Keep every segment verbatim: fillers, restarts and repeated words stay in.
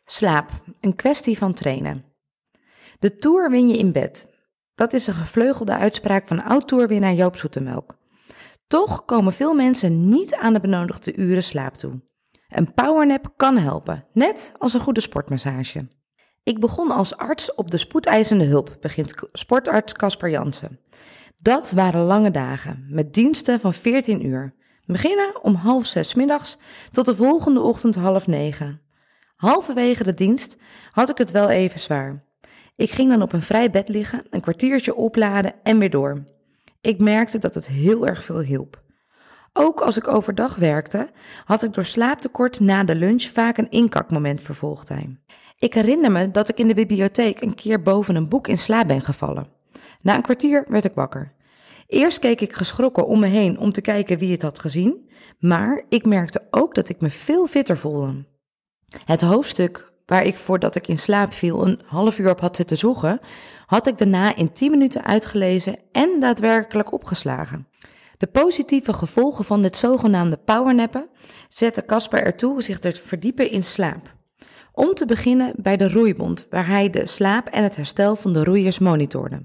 Slaap, een kwestie van trainen. De Tour win je in bed. Dat is een gevleugelde uitspraak van oud-tourwinnaar Joop Zoetemelk. Toch komen veel mensen niet aan de benodigde uren slaap toe. Een powernap kan helpen, net als een goede sportmassage. Ik begon als arts op de spoedeisende hulp, begint sportarts Casper Jansen. Dat waren lange dagen, met diensten van veertien uur. Beginnen om half zes middags tot de volgende ochtend half negen. Halverwege de dienst had ik het wel even zwaar. Ik ging dan op een vrij bed liggen, een kwartiertje opladen en weer door. Ik merkte dat het heel erg veel hielp. Ook als ik overdag werkte, had ik door slaaptekort na de lunch vaak een inkakmoment vervolgtijd. Ik herinner me dat ik in de bibliotheek een keer boven een boek in slaap ben gevallen. Na een kwartier werd ik wakker. Eerst keek ik geschrokken om me heen om te kijken wie het had gezien, maar ik merkte ook dat ik me veel fitter voelde. Het hoofdstuk waar ik voordat ik in slaap viel een half uur op had zitten zoeken, had ik daarna in tien minuten uitgelezen en daadwerkelijk opgeslagen. De positieve gevolgen van dit zogenaamde powernappen zette Casper ertoe zich te verdiepen in slaap. Om te beginnen bij de roeibond, waar hij de slaap en het herstel van de roeiers monitorde.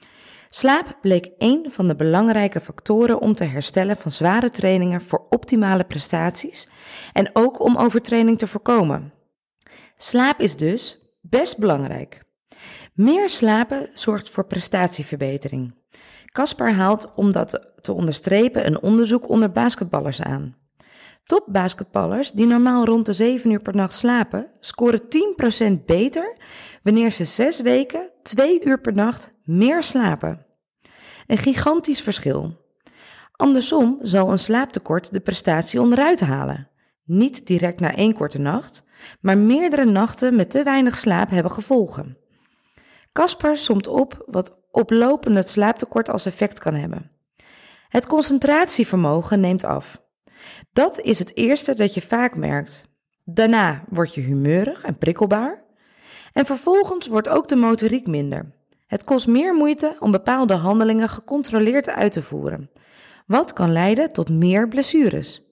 Slaap bleek één van de belangrijke factoren om te herstellen van zware trainingen voor optimale prestaties en ook om overtraining te voorkomen. Slaap is dus best belangrijk. Meer slapen zorgt voor prestatieverbetering. Casper haalt, om dat te onderstrepen, een onderzoek onder basketballers aan. Topbasketballers die normaal rond de zeven uur per nacht slapen, scoren tien procent beter wanneer ze zes weken, twee uur per nacht meer slapen. Een gigantisch verschil. Andersom zal een slaaptekort de prestatie onderuit halen. Niet direct na één korte nacht, maar meerdere nachten met te weinig slaap hebben gevolgen. Casper somt op wat oplopend het slaaptekort als effect kan hebben. Het concentratievermogen neemt af. Dat is het eerste dat je vaak merkt. Daarna word je humeurig en prikkelbaar. En vervolgens wordt ook de motoriek minder. Het kost meer moeite om bepaalde handelingen gecontroleerd uit te voeren, wat kan leiden tot meer blessures.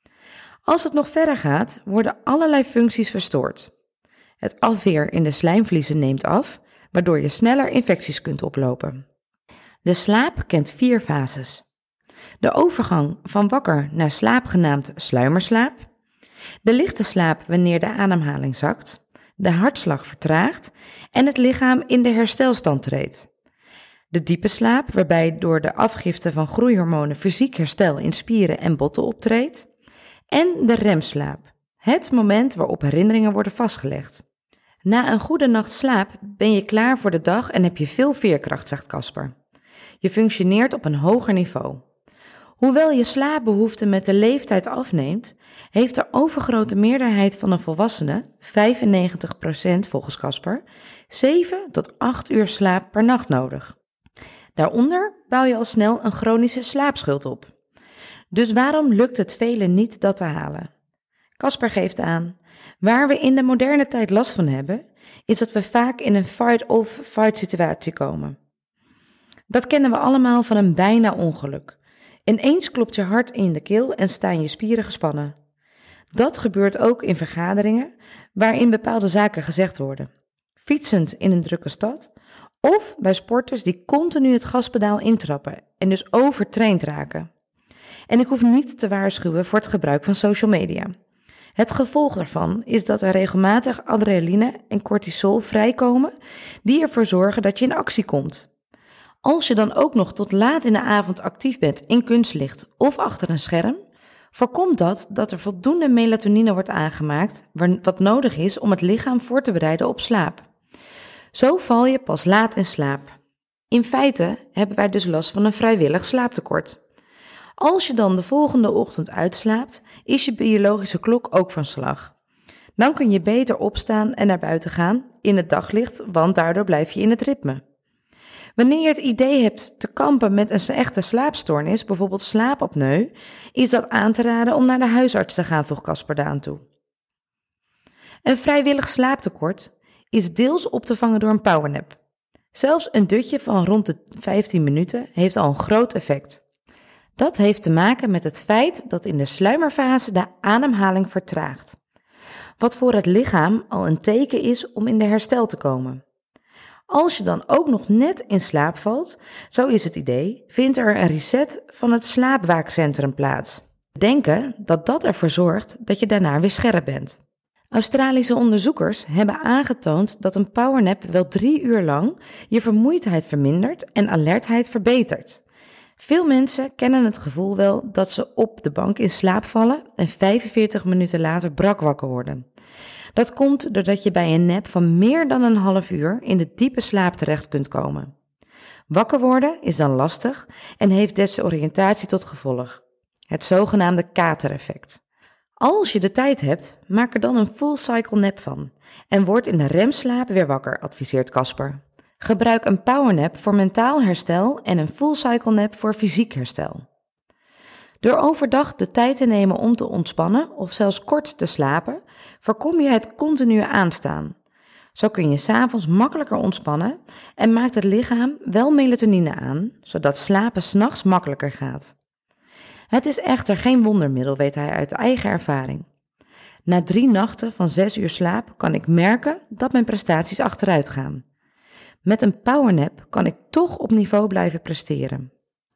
Als het nog verder gaat, worden allerlei functies verstoord. Het afweer in de slijmvliezen neemt af, waardoor je sneller infecties kunt oplopen. De slaap kent vier fases. De overgang van wakker naar slaap genaamd sluimerslaap. De lichte slaap wanneer de ademhaling zakt. De hartslag vertraagt en het lichaam in de herstelstand treedt. De diepe slaap, waarbij door de afgifte van groeihormonen fysiek herstel in spieren en botten optreedt. En de remslaap, het moment waarop herinneringen worden vastgelegd. Na een goede nacht slaap ben je klaar voor de dag en heb je veel veerkracht, zegt Casper. Je functioneert op een hoger niveau. Hoewel je slaapbehoefte met de leeftijd afneemt, heeft de overgrote meerderheid van de volwassenen, vijfennegentig procent volgens Casper, zeven tot acht uur slaap per nacht nodig. Daaronder bouw je al snel een chronische slaapschuld op. Dus waarom lukt het velen niet dat te halen? Casper geeft aan, waar we in de moderne tijd last van hebben, is dat we vaak in een fight-off-fight situatie komen. Dat kennen we allemaal van een bijna ongeluk. Ineens klopt je hart in de keel en staan je spieren gespannen. Dat gebeurt ook in vergaderingen waarin bepaalde zaken gezegd worden. Fietsend in een drukke stad of bij sporters die continu het gaspedaal intrappen en dus overtraind raken. En ik hoef niet te waarschuwen voor het gebruik van social media. Het gevolg daarvan is dat er regelmatig adrenaline en cortisol vrijkomen die ervoor zorgen dat je in actie komt. Als je dan ook nog tot laat in de avond actief bent in kunstlicht of achter een scherm, voorkomt dat dat er voldoende melatonine wordt aangemaakt, wat nodig is om het lichaam voor te bereiden op slaap. Zo val je pas laat in slaap. In feite hebben wij dus last van een vrijwillig slaaptekort. Als je dan de volgende ochtend uitslaapt, is je biologische klok ook van slag. Dan kun je beter opstaan en naar buiten gaan in het daglicht, want daardoor blijf je in het ritme. Wanneer je het idee hebt te kampen met een echte slaapstoornis, bijvoorbeeld slaapapneu, is dat aan te raden om naar de huisarts te gaan, voegt Casper Daan toe. Een vrijwillig slaaptekort is deels op te vangen door een powernap. Zelfs een dutje van rond de vijftien minuten heeft al een groot effect. Dat heeft te maken met het feit dat in de sluimerfase de ademhaling vertraagt. wat voor het lichaam al een teken is om in de herstel te komen. Als je dan ook nog net in slaap valt, zo is het idee, vindt er een reset van het slaapwaakcentrum plaats. We denken dat dat ervoor zorgt dat je daarna weer scherp bent. Australische onderzoekers hebben aangetoond dat een powernap wel drie uur lang je vermoeidheid vermindert en alertheid verbetert. Veel mensen kennen het gevoel wel dat ze op de bank in slaap vallen en vijfenveertig minuten later brak wakker worden. Dat komt doordat je bij een nap van meer dan een half uur in de diepe slaap terecht kunt komen. Wakker worden is dan lastig en heeft desoriëntatie tot gevolg. Het zogenaamde katereffect. Als je de tijd hebt, maak er dan een full cycle nap van en word in de remslaap weer wakker, adviseert Casper. Gebruik een powernap voor mentaal herstel en een full cycle nap voor fysiek herstel. Door overdag de tijd te nemen om te ontspannen of zelfs kort te slapen, voorkom je het continue aanstaan. Zo kun je 's avonds makkelijker ontspannen en maakt het lichaam wel melatonine aan, zodat slapen 's nachts makkelijker gaat. Het is echter geen wondermiddel, weet hij uit eigen ervaring. Na drie nachten van zes uur slaap kan ik merken dat mijn prestaties achteruit gaan. Met een powernap kan ik toch op niveau blijven presteren.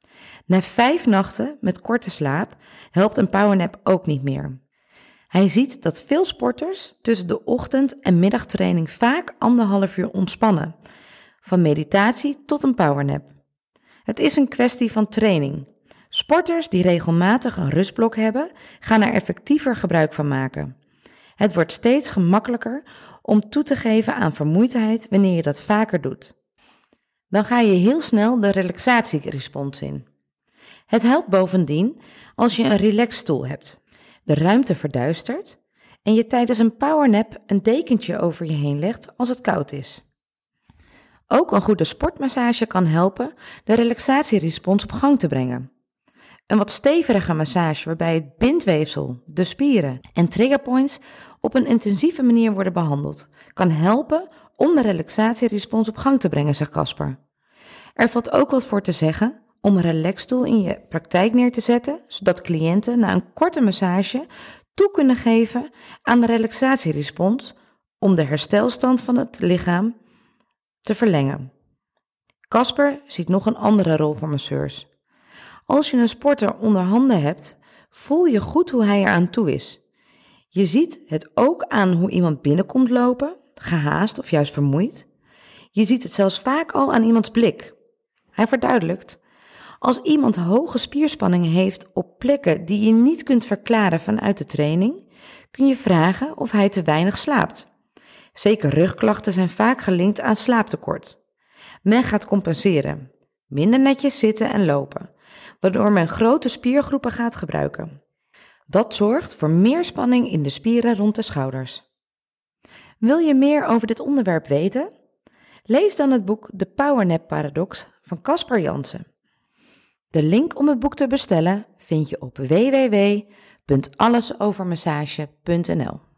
Na vijf nachten met korte slaap helpt een powernap ook niet meer. Hij ziet dat veel sporters tussen de ochtend- en middagtraining vaak anderhalf uur ontspannen, van meditatie tot een powernap. Het is een kwestie van training. Sporters die regelmatig een rustblok hebben, gaan er effectiever gebruik van maken. Het wordt steeds gemakkelijker om toe te geven aan vermoeidheid wanneer je dat vaker doet. Dan ga je heel snel de relaxatierespons in. Het helpt bovendien als je een relaxstoel hebt, de ruimte verduistert en je tijdens een powernap een dekentje over je heen legt als het koud is. Ook een goede sportmassage kan helpen de relaxatierespons op gang te brengen. Een wat stevige massage waarbij het bindweefsel, de spieren en triggerpoints op een intensieve manier worden behandeld, kan helpen om de relaxatierespons op gang te brengen, zegt Casper. Er valt ook wat voor te zeggen om een relaxstoel in je praktijk neer te zetten, zodat cliënten na een korte massage toe kunnen geven aan de relaxatierespons om de herstelstand van het lichaam te verlengen. Casper ziet nog een andere rol voor masseurs. Als je een sporter onder handen hebt, voel je goed hoe hij eraan toe is. Je ziet het ook aan hoe iemand binnenkomt lopen, gehaast of juist vermoeid. Je ziet het zelfs vaak al aan iemands blik. Hij verduidelijkt: als iemand hoge spierspanning heeft op plekken die je niet kunt verklaren vanuit de training, kun je vragen of hij te weinig slaapt. Zeker rugklachten zijn vaak gelinkt aan slaaptekort. Men gaat compenseren, minder netjes zitten en lopen, waardoor men grote spiergroepen gaat gebruiken. Dat zorgt voor meer spanning in de spieren rond de schouders. Wil je meer over dit onderwerp weten? Lees dan het boek De Powernap Paradox van Casper Jansen. De link om het boek te bestellen vind je op w w w punt allesovermassage punt n l.